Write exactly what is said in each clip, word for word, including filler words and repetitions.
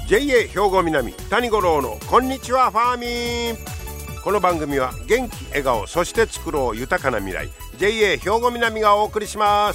ジェイエー 兵庫南谷五郎のこんにちはファーミン。この番組は元気笑顔そして作ろう豊かな未来 ジェイエー 兵庫南がお送りします。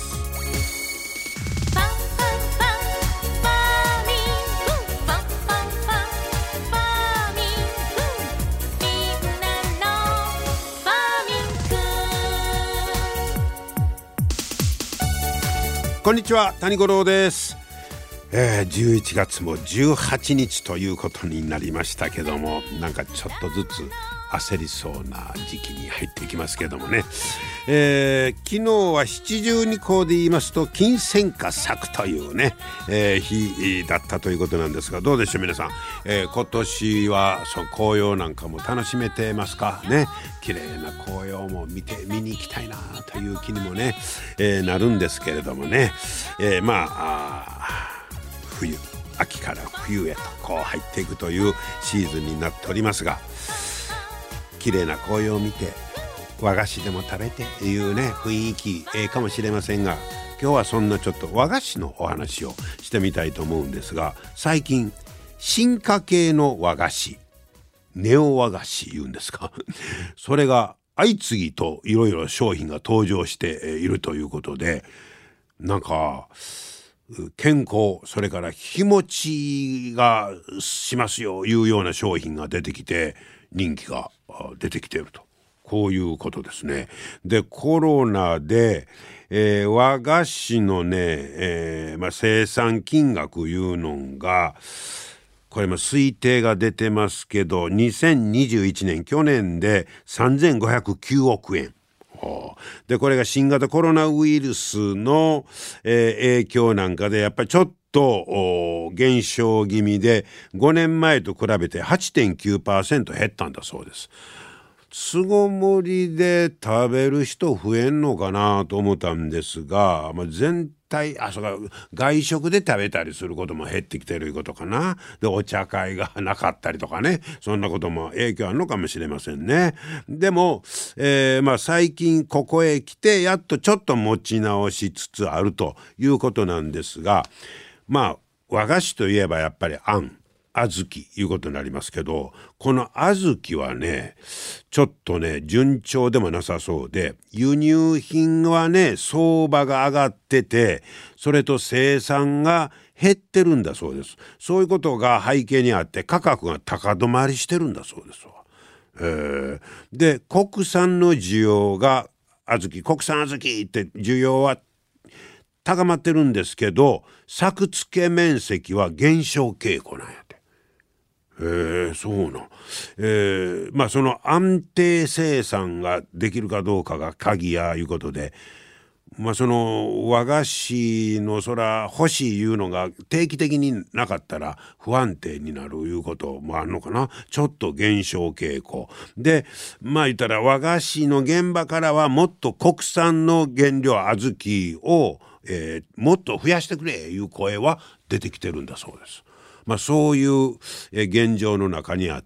こんにちは谷五郎です。えー、じゅういちがつもじゅうはちにちということになりましたけども、なんかちょっとずつ焦りそうな時期に入っていきますけどもね、えー、昨日は七十二候で言いますと金銭花咲くというね、えー、日だったということなんですが、どうでしょう皆さん、えー、今年はその紅葉なんかも楽しめてますかね。綺麗な紅葉も見て見に行きたいなという気にもね、えー、なるんですけれどもね、えー、まあ、あ冬秋から冬へとこう入っていくというシーズンになっておりますが、綺麗な紅葉を見て和菓子でも食べてっていうね雰囲気ええかもしれませんが、今日はそんなちょっと和菓子のお話をしてみたいと思うんですが、最近進化系の和菓子、ネオ和菓子言うんですかそれが相次ぎといろいろ商品が登場しているということで、なんか健康それから日持ちがしますよいうような商品が出てきて人気が出てきていると、こういうことですね。でコロナで、えー、和菓子のね、えーまあ、生産金額いうのがこれも推定が出てますけど、にせんにじゅういちねん去年でさんぜんごひゃくきゅうおくえんで、これが新型コロナウイルスの、えー、影響なんかでやっぱりちょっと減少気味でごねんまえと比べて はちてんきゅうパーセント 減ったんだそうです。巣ごもりで食べる人増えんのかなと思ったんですが、まあ、全体あそうか外食で食べたりすることも減ってきてるいうことかな。でお茶会がなかったりとかね、そんなことも影響あるのかもしれませんね。でも、えーまあ、最近ここへ来てやっとちょっと持ち直しつつあるということなんですが、まあ和菓子といえばやっぱりあん小豆いうことになりますけど、この小豆はねちょっとね順調でもなさそうで、輸入品はね相場が上がってて、それと生産が減ってるんだそうです。そういうことが背景にあって価格が高止まりしてるんだそうですわ。えー、で国産の需要が小豆国産小豆って需要は高まってるんですけど、作付け面積は減少傾向なんや。えー、そうなん、えー、まあその安定生産ができるかどうかが鍵やいうことで、まあその和菓子のそら欲しいいうのが定期的になかったら不安定になるいうこともあるのかな。ちょっと減少傾向で、まあ言ったら和菓子の現場からはもっと国産の原料小豆を、えー、もっと増やしてくれいう声は出てきてるんだそうです。まあ、そういう現状の中にあって、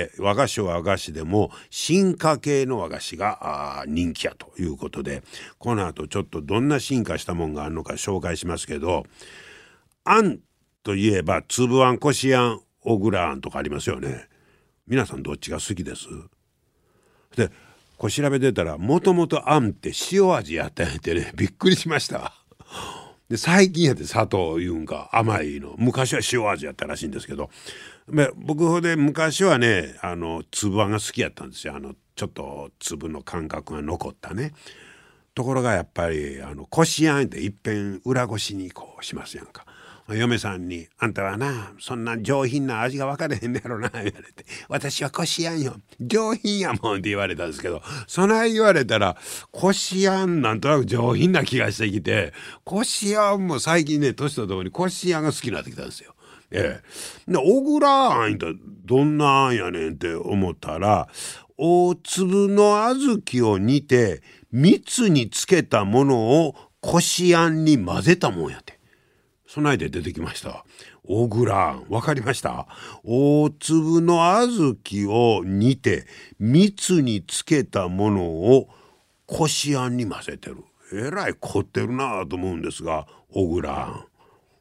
和菓子は和菓子でも進化系の和菓子が人気やということで、この後ちょっとどんな進化したもんがあるのか紹介しますけど、あんといえば粒あん、こしあん、小倉あんとかありますよね。皆さんどっちが好きです？でこう調べてたらもともとあんって塩味やったんやってね、びっくりしました。で最近やって砂糖いうんか甘いの、昔は塩味やったらしいんですけど、僕ほで昔はねあの粒あんが好きやったんですよ。あのちょっと粒の感覚が残ったね。ところがやっぱりあのこしあんっていっぺん裏ごしにこうしますやんか。嫁さんに「あんたはなそんな上品な味が分かれへんねやろな」言われて「私はこしあんよ上品やもん」って言われたんですけど、そない言われたらこしあんなんとなく上品な気がしてきて、こしあんも最近ね年とともにこしあんが好きになってきたんですよ。ええ、で小倉あんってどんなあんやねんって思ったら、大粒の小豆を煮て蜜につけたものをこしあんに混ぜたもんやって。そないで出てきました。小倉あん、わかりました？大粒の小豆を煮て蜜につけたものをこしあんに混ぜてる。えらい凝ってるなと思うんですが、小倉あん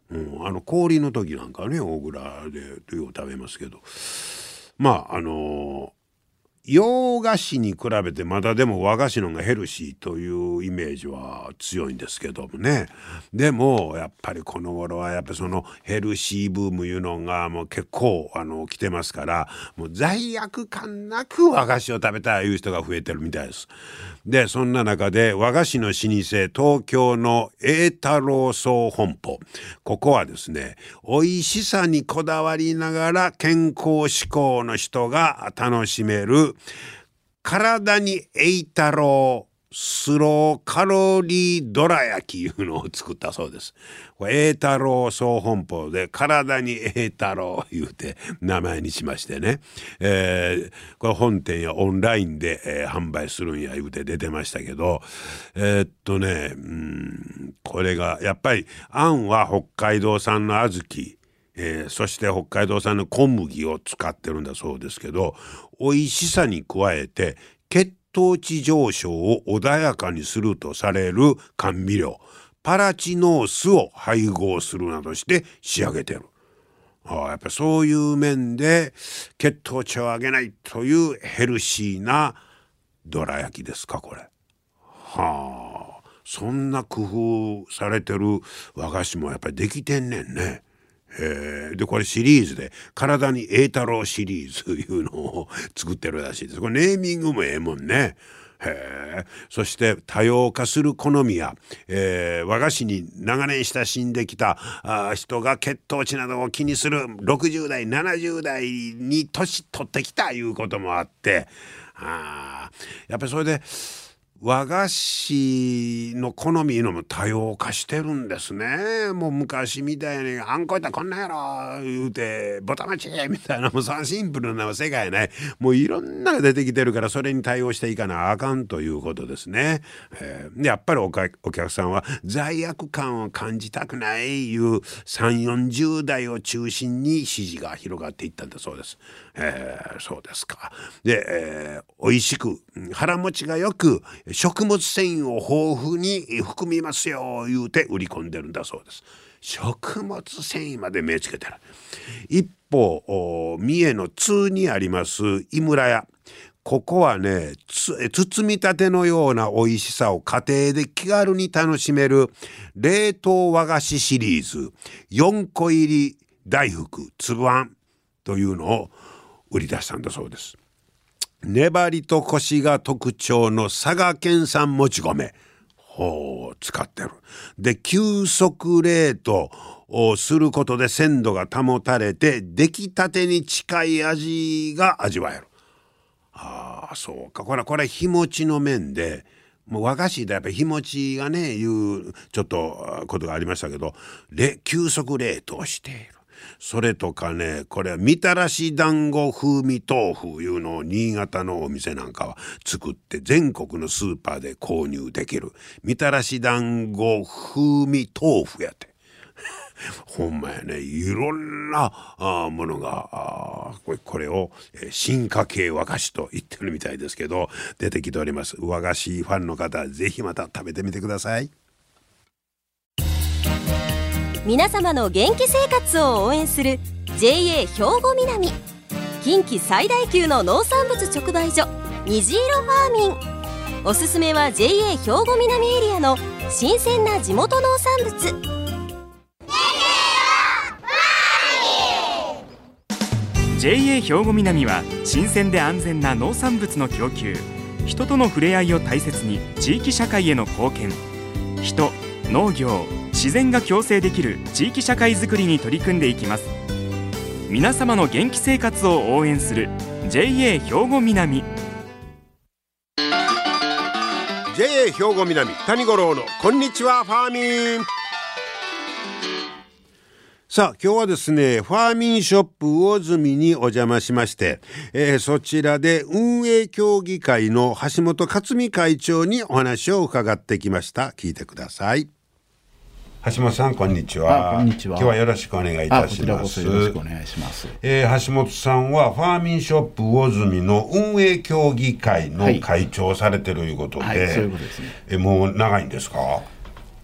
うん、あの氷の時なんかね大蔵でよう食べますけど、まああの洋菓子に比べてまだでも和菓子の方がヘルシーというイメージは強いんですけどもね。でもやっぱりこの頃はやっぱりそのヘルシーブームいうのがもう結構あの来てますから、もう罪悪感なく和菓子を食べたいいう人が増えてるみたいです。でそんな中で和菓子の老舗東京の栄太郎総本舗、ここはですね美味しさにこだわりながら健康志向の人が楽しめる体に栄太郎スローカロリーどら焼きいうのを作ったそうです。これ栄太郎総本舗で体に栄太郎言うて名前にしましてね、えー、これ本店やオンラインで、えー、販売するんや言うて出てましたけど、えー、っとねうんこれがやっぱりあんは北海道産の小豆、えー、そして北海道産の小麦を使ってるんだそうですけど、美味しさに加えて血糖値上昇を穏やかにするとされる甘味料パラチノースを配合するなどして仕上げてる。ああやっぱりそういう面で血糖値を上げないというヘルシーなどら焼きですかこれ。はあそんな工夫されてる和菓子もやっぱりできてんねんね。えー、でこれシリーズで体に栄太郎シリーズいうのを作ってるらしいです。これネーミングもええもんね。へえ。そして多様化する好みや、えー、和菓子に長年親しんできたあ人が血糖値などを気にするろくじゅう代ななじゅう代に年取ってきたいうこともあって、あやっぱりそれで和菓子の好みのも多様化してるんですね。もう昔みたいにあんこいったらこんなんやろ言うてボタマチみたいなもうそのシンプルな世界ね、もういろんなが出てきてるからそれに対応していかなあかんということですね。えー、でやっぱりおかお客さんは罪悪感を感じたくないいうさんじゅうよんじゅう代を中心に支持が広がっていったんだそうです。えー、そうですか。で、えー、美味しく腹持ちがよく食物繊維を豊富に含みますよ言うて売り込んでるんだそうです。食物繊維まで目つけてる。一方三重の津にあります井村屋、ここはねつ包みたてのような美味しさを家庭で気軽に楽しめる冷凍和菓子シリーズよんこ入り大福粒あんというのを売り出したんだそうです。粘りとコシが特徴の佐賀県産もち米を使ってる。で急速冷凍をすることで鮮度が保たれて出来たてに近い味が味わえる。ああそうか、これこれ日持ちの面でもう和菓子でやっぱり日持ちがねいうちょっとことがありましたけど、急速冷凍している。それとかねこれはみたらし団子風味豆腐いうのを新潟のお店なんかは作って全国のスーパーで購入できるみたらし団子風味豆腐やってほんまやね、いろんなあものがあこれ、これを、えー、進化系和菓子と言ってるみたいですけど出てきております。和菓子ファンの方ぜひまた食べてみてください。 皆様の元気生活を応援する ジェイエー 兵庫南近畿最大級の農産物直売所虹色ファーミン。おすすめは ジェイエー 兵庫南エリアの新鮮な地元農産物。 ジェイエー 兵庫南は新鮮で安全な農産物の供給、人との触れ合いを大切に地域社会への貢献、人、農業、自然が共生できる地域社会づくりに取り組んでいきます。皆様の元気生活を応援する ジェイエー 兵庫南。 ジェイエー 兵庫南谷五郎のこんにちはファーミン。さあ今日はですねファーミンショップ魚住にお邪魔しまして、えー、そちらで運営協議会の橋本克美会長にお話を伺ってきました。聞いてください。橋本さんこんにちは。 こんにちは。 今日はよろしくお願いいたします。 こちらこそよろしくお願いします。 えー、橋本さんはファーミンショップ魚住の運営協議会の会長をされてるいうことで、 はいはい、そういうことですね。 えー、もう長いんですか？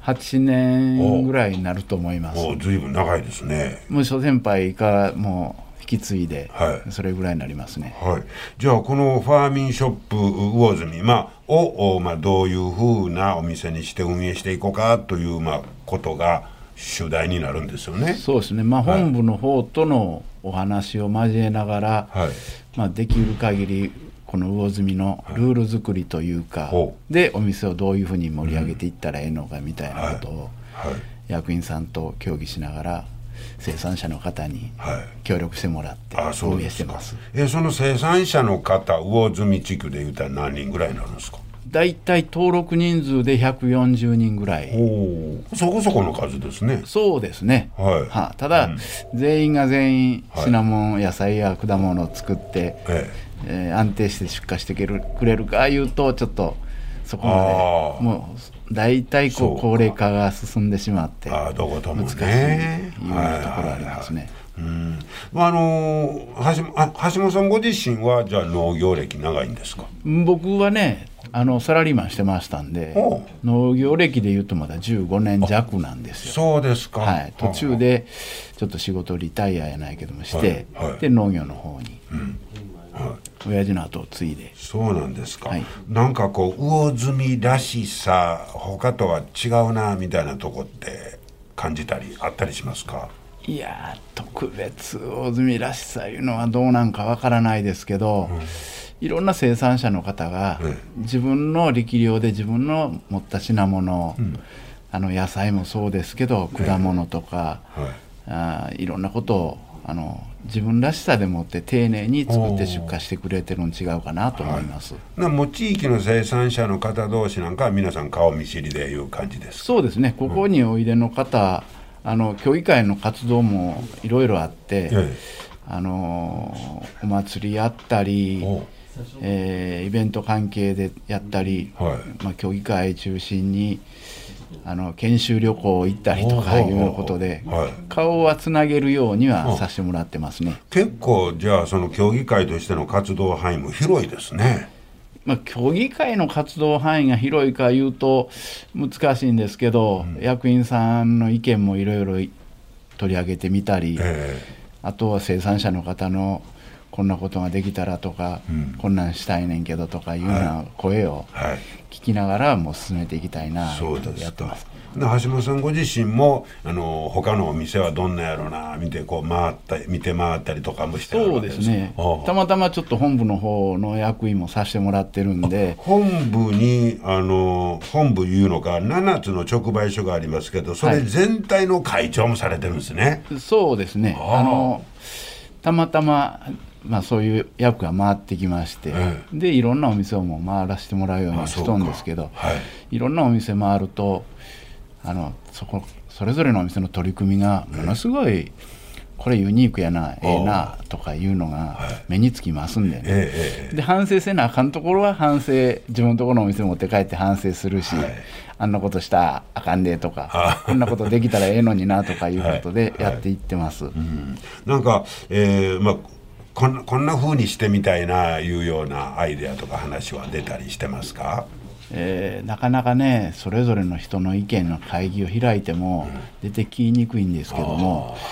はちねんぐらいになると思います。 おずいぶん長いですね。 もう諸先輩からもう引き継いで、 はい、 それぐらいになりますね。 はい、じゃあこのファーミンショップ魚住、まあ、を、まあ、どういうふうなお店にして運営していこうかという、まあ、ことが主題になるんですよね。 そうですね、まあ、本部の方とのお話を交えながら、はい、まあ、できる限りこの魚住のルール作りというか、はい、でお店をどういうふうに盛り上げていったらええのかみたいなことを、はいはい、役員さんと協議しながら生産者の方に協力してもらって運営してます。 はい、えその生産者の方、魚住地区でいうたら何人ぐらいになるんですか？ だいたい登録人数でひゃくよんじゅうにんぐらい。 おそこそこの数ですね。 そうですね、はい、はただ、うん、全員が全員シナモン、野菜や果物を作って、えええー、安定して出荷してくれるかいうとちょっとそこまでもうだいたいこう高齢化が進んでしまって難しいところありますね。 うんまああのー、橋, あ橋本さんご自身はじゃあ農業歴長いんですか？ 僕はねあのサラリーマンしてましたんで農業歴でいうとまだじゅうごねん弱なんですよ。 そうですか、 はい、途中でちょっと仕事リタイアやないけどもして、はいはい、で農業の方に、うんはい、親父の後を継いで。 そうなんですか、はい、なんかこう魚住らしさ他とは違うなみたいなとこって感じたりあったりしますか？ いや特別魚住らしさいうのはどうなんかわからないですけど、うん、いろんな生産者の方が自分の力量で自分の持った品物、うん、あの野菜もそうですけど果物とか、ねはい、あいろんなことをあの自分らしさでもって丁寧に作って出荷してくれてるの違うかなと思います。 はい、もう地域の生産者の方同士なんかは皆さん顔見知りでいう感じですか？ そうですね、ここにおいでの方、うん、あの協議会の活動もいろいろあって、ええ、あのお祭りやったり、えー、イベント関係でやったり、はいまあ、協議会中心にあの研修旅行行ったりとかいうようなことで、はい、顔はつなげるようにはさせてもらってますね。 結構じゃあその協議会としての活動範囲も広いですね。 まあ、協議会の活動範囲が広いかいうと難しいんですけど、うん、役員さんの意見もいろいろ取り上げてみたり、えー、あとは生産者の方のこんなことができたらとか、うん、こんなんしたいねんけどとかいうような声を聞きながらもう進めていきたいなとやってます。 橋本さんご自身もあの他のお店はどんなやろうな見てこう回った見て回ったりとかもしてるわけです。 そうですね。たまたまちょっと本部の方の役員もさせてもらってるんで。 本部にあの本部いうのかななつの直売所がありますけど、それ全体の会長もされてるんですね。 はい、そうですね。ああのたまたままあ、そういう役が回ってきまして、ええ、でいろんなお店をも回らせてもらうようにしとんですけど、はい、いろんなお店回るとあの そ, こそれぞれのお店の取り組みがものすごい、え、これユニークやなええなとかいうのが目につきますんでね、ええ、で反省せなあかんところは反省自分のところのお店持って帰って反省するし、はい、あんなことしたらあかんでとかこんなことできたらええのになとかいうことでやっていってます。はいはい、うん、 なんか、えーまあこんな、こんな風にしてみたいないうようなアイデアとか話は出たりしてますか？ えー、なかなかねそれぞれの人の意見の会議を開いても出てきにくいんですけども、はい、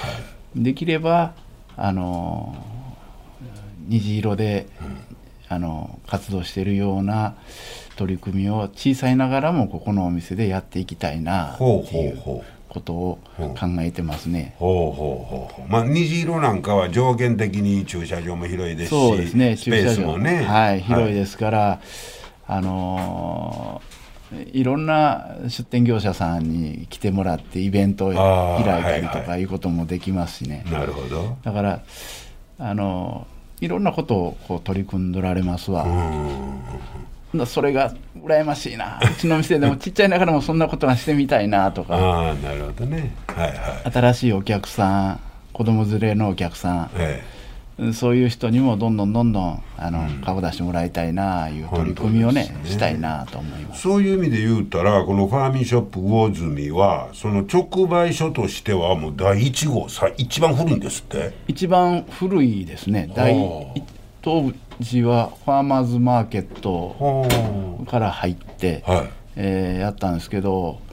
できればあの虹色で、うん、あの活動しているような取り組みを小さいながらもここのお店でやっていきたいなっていう。ほうほうほうことを考えてますね。 ほうほうほうほう。まあ虹色なんかは上限的に駐車場も広いですし、 そうですね、 スペースもね、 はい、広いですから、はい、あのー、いろんな出店業者さんに来てもらってイベントを開いたりとかいうこともできますしね。 はいはい、なるほど。 だからあのー、いろんなことをこう取り組んでおられますわ。うんそれが羨ましいな、うちの店でもちっちゃいながらもそんなことがしてみたいなとかあなるほどね、はいはい、 新しいお客さん子供連れのお客さん、ええ、そういう人にもどんどんどんどんあの、うん、顔出してもらいたいないう取り組みを ね, ねしたいなと思います。 そういう意味で言うたらこのファーミンショップ魚住はその直売所としてはもう第一号さ一番古いんですって。 一番古いですね。第当時はファーマーズマーケットから入って、はいえー、やったんですけど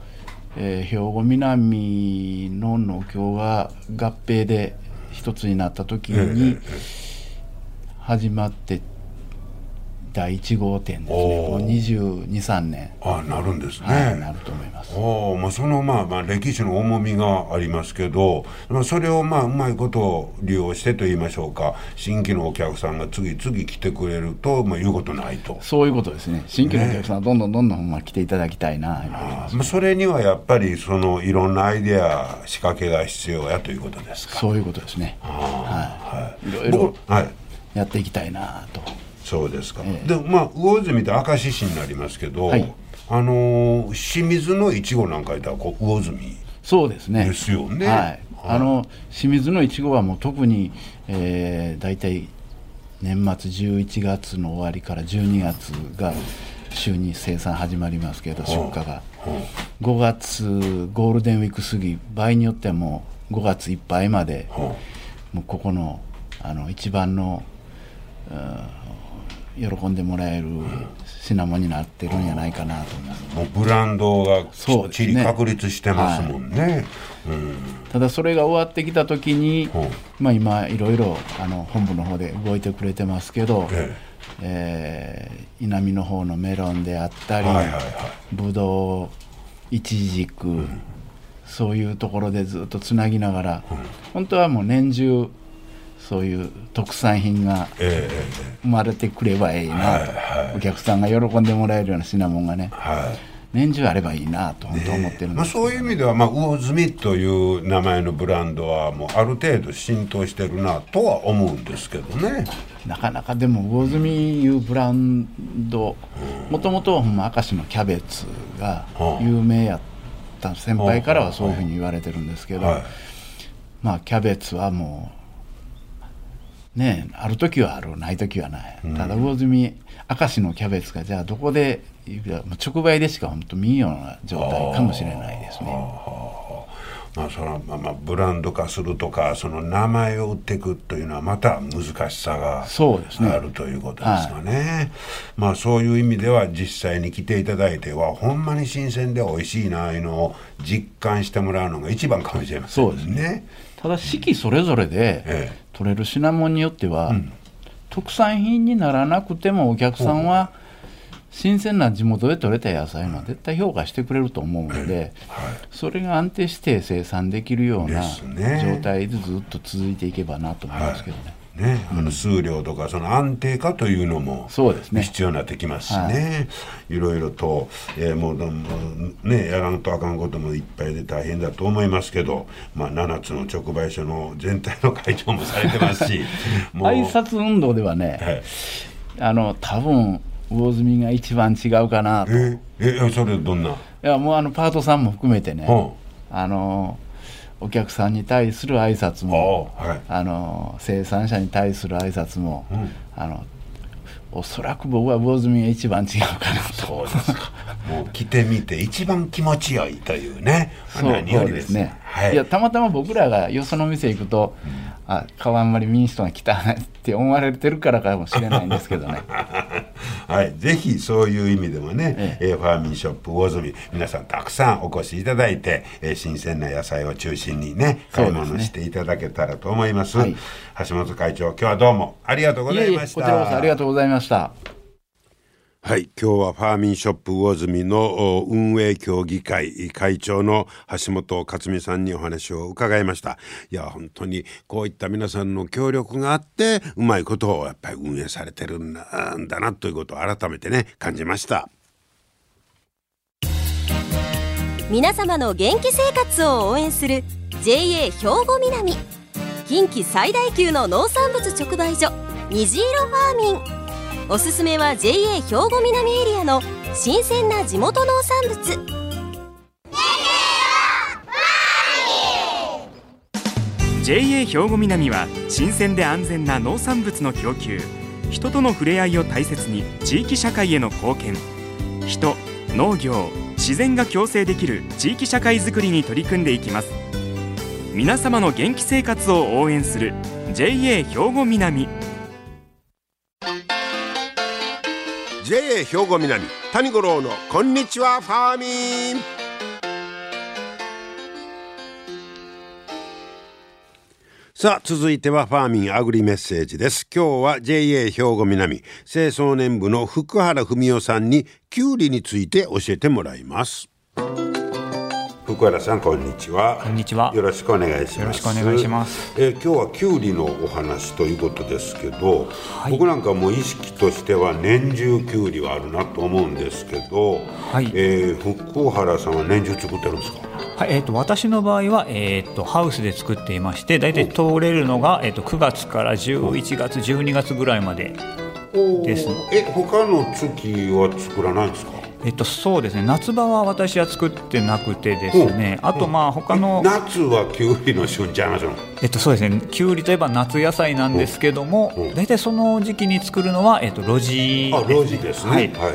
えー、兵庫南の農協が合併で一つになった時に始まってだいいち号店ですね。もうにじゅうに、さんねんあなるんですね、 はい、なると思います。 お、まあ、その、まあまあ、歴史の重みがありますけど、まあ、それをまあうまいことを利用してといいましょうか、新規のお客さんが次々来てくれると、まあ、いうことないと。 そういうことですね。新規のお客さんはどんどんどんどん、まあ、来ていただきたいな、ね、 あ、まあ、それにはやっぱりそのいろんなアイデア仕掛けが必要やということですか。 そういうことですね。はい、はい、いろいろやっていきたいなと。 そうですか、 ええ、 でまあ魚住って明石市になりますけど、はい、あの清水のいちごなんかいったらこう魚住そうですねですよね。 はいはい、あの清水のいちごはもう特に、えー、大体年末じゅういちがつの終わりからじゅうにがつが週に生産始まりますけど、出荷がごがつゴールデンウィーク過ぎ、場合によってはもうごがついっぱいまで、もうここの、あの一番の喜んでもらえる品物になってるんじゃないかなと思います。 もうブランドがきっちり確立してますもんね。はい、うん、 ただそれが終わってきた時に、まあ、今いろいろあの本部の方で動いてくれてますけど、えええー、稲見の方のメロンであったり、はいはいはい、ぶどう、いちじく、うん、そういうところでずっとつなぎながら、うん、本当はもう年中そういう特産品が生まれてくればいいなと、はいはい、お客さんが喜んでもらえるような品物がね、はい、年中あればいいなと本当思ってるんですけど、ね、まあ、そういう意味では、まあ、魚住という名前のブランドはもうある程度浸透してるなとは思うんですけどね。なかなかでも魚住いうブランド、もともとはほんま明石のキャベツが有名やった先輩からはそういうふうに言われてるんですけど、はい、まあキャベツはもうね、ある時はある、ない時はない、うん、ただ魚住明石のキャベツがじゃあどこで直売でしか本当見んような状態かもしれないですね。まあそのまあまあブランド化するとかその名前を売っていくというのはまた難しさがあるということですかね。はい、まあそういう意味では実際に来ていただいてはほんまに新鮮で美味しいないうのを実感してもらうのが一番かもしれませんね。そうですね。ただ四季それぞれで、ええ、取れる品物によっては、うん、特産品にならなくてもお客さんは新鮮な地元で採れた野菜のは絶対評価してくれると思うので、はい、それが安定して生産できるような状態でずっと続いていけばなと思いますけどね。はいね、あの数量とかその安定化というのも必要になってきますしね、はい、いろいろと、えー、もうねやらんとあかんこともいっぱいで大変だと思いますけど、まあ、ななつの直売所の全体の会長もされてますしもう挨拶運動ではね、はい、あの多分魚住が一番違うかなと。ええそれどんな。いやもうあのパートさんも含めてね、はあ、あのお客さんに対する挨拶も、はい、あの生産者に対する挨拶も、うん、あのおそらく僕は魚住が一番違うかなと。そうですか。もう来てみて一番気持ちよいというね。そうですね。はい、いやたまたま僕らがよその店行くと、うん、あ顔あんまり見ん人が来たなって思われてるからかもしれないんですけどね。はい、ぜひそういう意味でもね、ええ、ファーミンショップ魚住皆さんたくさんお越しいただいて、えー、新鮮な野菜を中心にね買い物していただけたらと思います。はい、橋本会長今日はどうもありがとうございました。いえいえこちらこそありがとうございました。はい、今日はファーミンショップ魚住の運営協議会会長の橋本克美さんにお話を伺いました。いや本当にこういった皆さんの協力があってうまいことをやっぱり運営されてるんだ、んだなということを改めてね感じました。 皆様の元気生活を応援する ジェイエー 兵庫南近畿最大級の農産物直売所虹色ファーミン。おすすめは ジェイエー 兵庫南エリアの新鮮な地元農産物。 ジェイエー 兵庫南は新鮮で安全な農産物の供給、人との触れ合いを大切に地域社会への貢献、人、農業、自然が共生できる地域社会づくりに取り組んでいきます。皆様の元気生活を応援する ジェイエー 兵庫南。 ジェイエー 兵庫南谷五郎のこんにちはファーミン。 さあ続いてはファーミンアグリメッセージです。今日は ジェイエー 兵庫南清掃年部の福原文夫さんにキュウリについて教えてもらいます。福原さんこんにちは。 こんにちは。 よろしくお願いします。 よろしくお願いします。 えー、今日はキュウリのお話ということですけど、はい、僕なんかもう意識としては年中キュウリはあるなと思うんですけど、はい、えー、福原さんは年中作ってるんですか？ はい、えー、と私の場合は、えー、とハウスで作っていまして、だいたい通れるのが、えー、とくがつからじゅういちがつじゅうにがつぐらいまでです。 え他の月は作らないんですか？ えっと、そうですね、夏場は私は作ってなくてですね、あとまあ他の夏はキュウリの旬ちゃいますの？ えっとそうですね、キュウリといえば夏野菜なんですけども、大体その時期に作るのは、えっと、露地ですね。 あ、露地ですね、はいはいはい、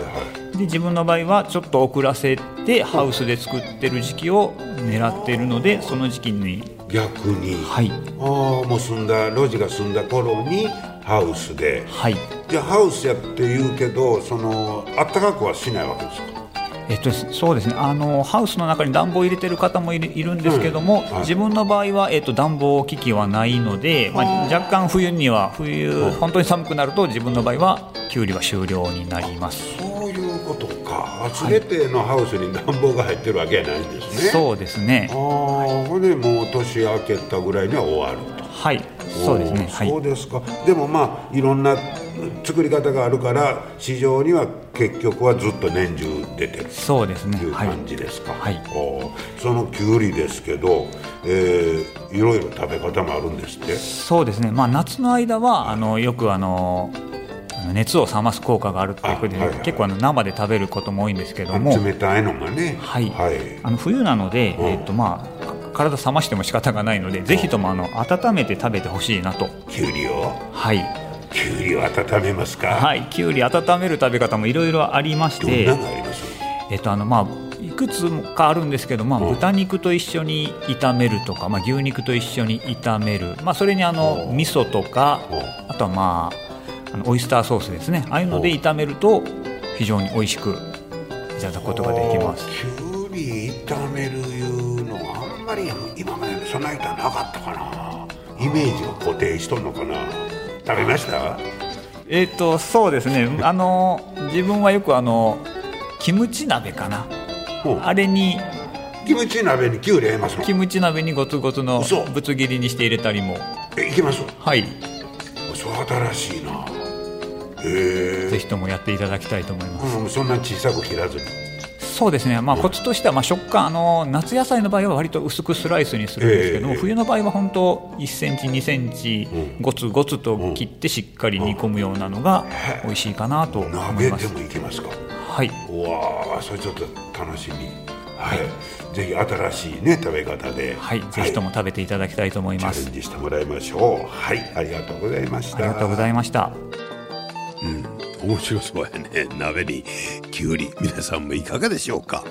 で自分の場合はちょっと遅らせてハウスで作ってる時期を狙っているので、その時期に逆に、 はい、 あもう済んだ露地が済んだ頃にハウスで、はい、じゃあハウスやって言うけどそのあったかくはしないわけですか？ えっと、そうですね、あのハウスの中に暖房を入れてる方もいる、いるんですけども、うんはい、自分の場合は、えっと、暖房機器はないので、まあ、若干冬には冬、うん、本当に寒くなると自分の場合はキュウリは終了になります。 そういうことか。全てのハウスに暖房が入ってるわけじゃないんですね。 そうですね。 あこれでもう年明けたぐらいには終わると。 はい、そうですね。 そうですか。でもまあいろんな作り方があるから市場には結局はずっと年中出てるそうですね、 という感じですか？ はい、 おそのキュウリですけど、えー、いろいろ食べ方もあるんですって？ そうですね、まあ、夏の間はあのよくあの熱を冷ます効果があるということで、はいはい、結構あの生で食べることも多いんですけども、 冷たいのがね、 はいはい、あの冬なので、うんえーとまあ、体冷ましても仕方がないので、ぜひともあの温めて食べてほしいなと。 キュウリをはいキュウリを温めますか？ はい、キュウリ温める食べ方もいろいろありまして、 どんなのあります？ えっとあのまあいくつかあるんですけど、まあ、豚肉と一緒に炒めるとか、まあ、牛肉と一緒に炒める、まあ、それにあの味噌とか、あとはまああのオイスターソースですね、ああいうので炒めると非常に美味しくいただくことができます。 キュウリ炒めるいうのはあんまり今までそんな人はなかったかな。イメージが固定しとんのかな。食べました？ えーとそうですね、あの自分はよくあのキムチ鍋かな、あれにキムチ鍋にキュウリ入れますの？ キムチ鍋にゴツゴツのぶつ切りにして入れたりも。 えいけます？ はい。 そう新しいな。へえ。 ぜひともやっていただきたいと思います、 うん、そんな小さく切らずに。 そうですね、まあ、コツとしてはまあ食感、あの夏野菜の場合は割と薄くスライスにするんですけども、えー、冬の場合は本当いっセンチにセンチゴツゴツと切ってしっかり煮込むようなのが美味しいかなと思います。 鍋でもいけますか？ はい。 うわそれちょっと楽しみ、はいはい、ぜひ新しい、ね、食べ方で、 はいはい、ぜひとも食べていただきたいと思います。 チャレンジしてもらいましょう。はい、ありがとうございました。 ありがとうございました。 うん、面白そうやね。鍋にきゅうり、皆さんもいかがでしょうか？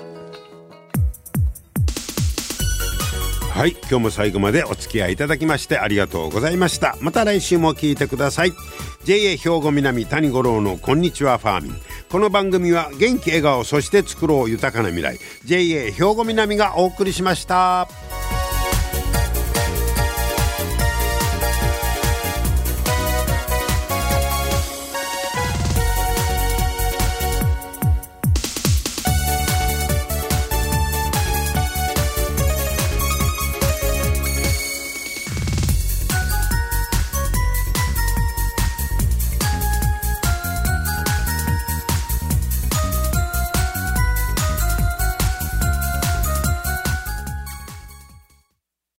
はい、今日も最後までお付き合いいただきましてありがとうございました。また来週も聞いてください。 ジェイエー 兵庫南谷五郎のこんにちはファーミン。この番組は元気笑顔そして作ろう豊かな未来 ジェイエー 兵庫南がお送りしました。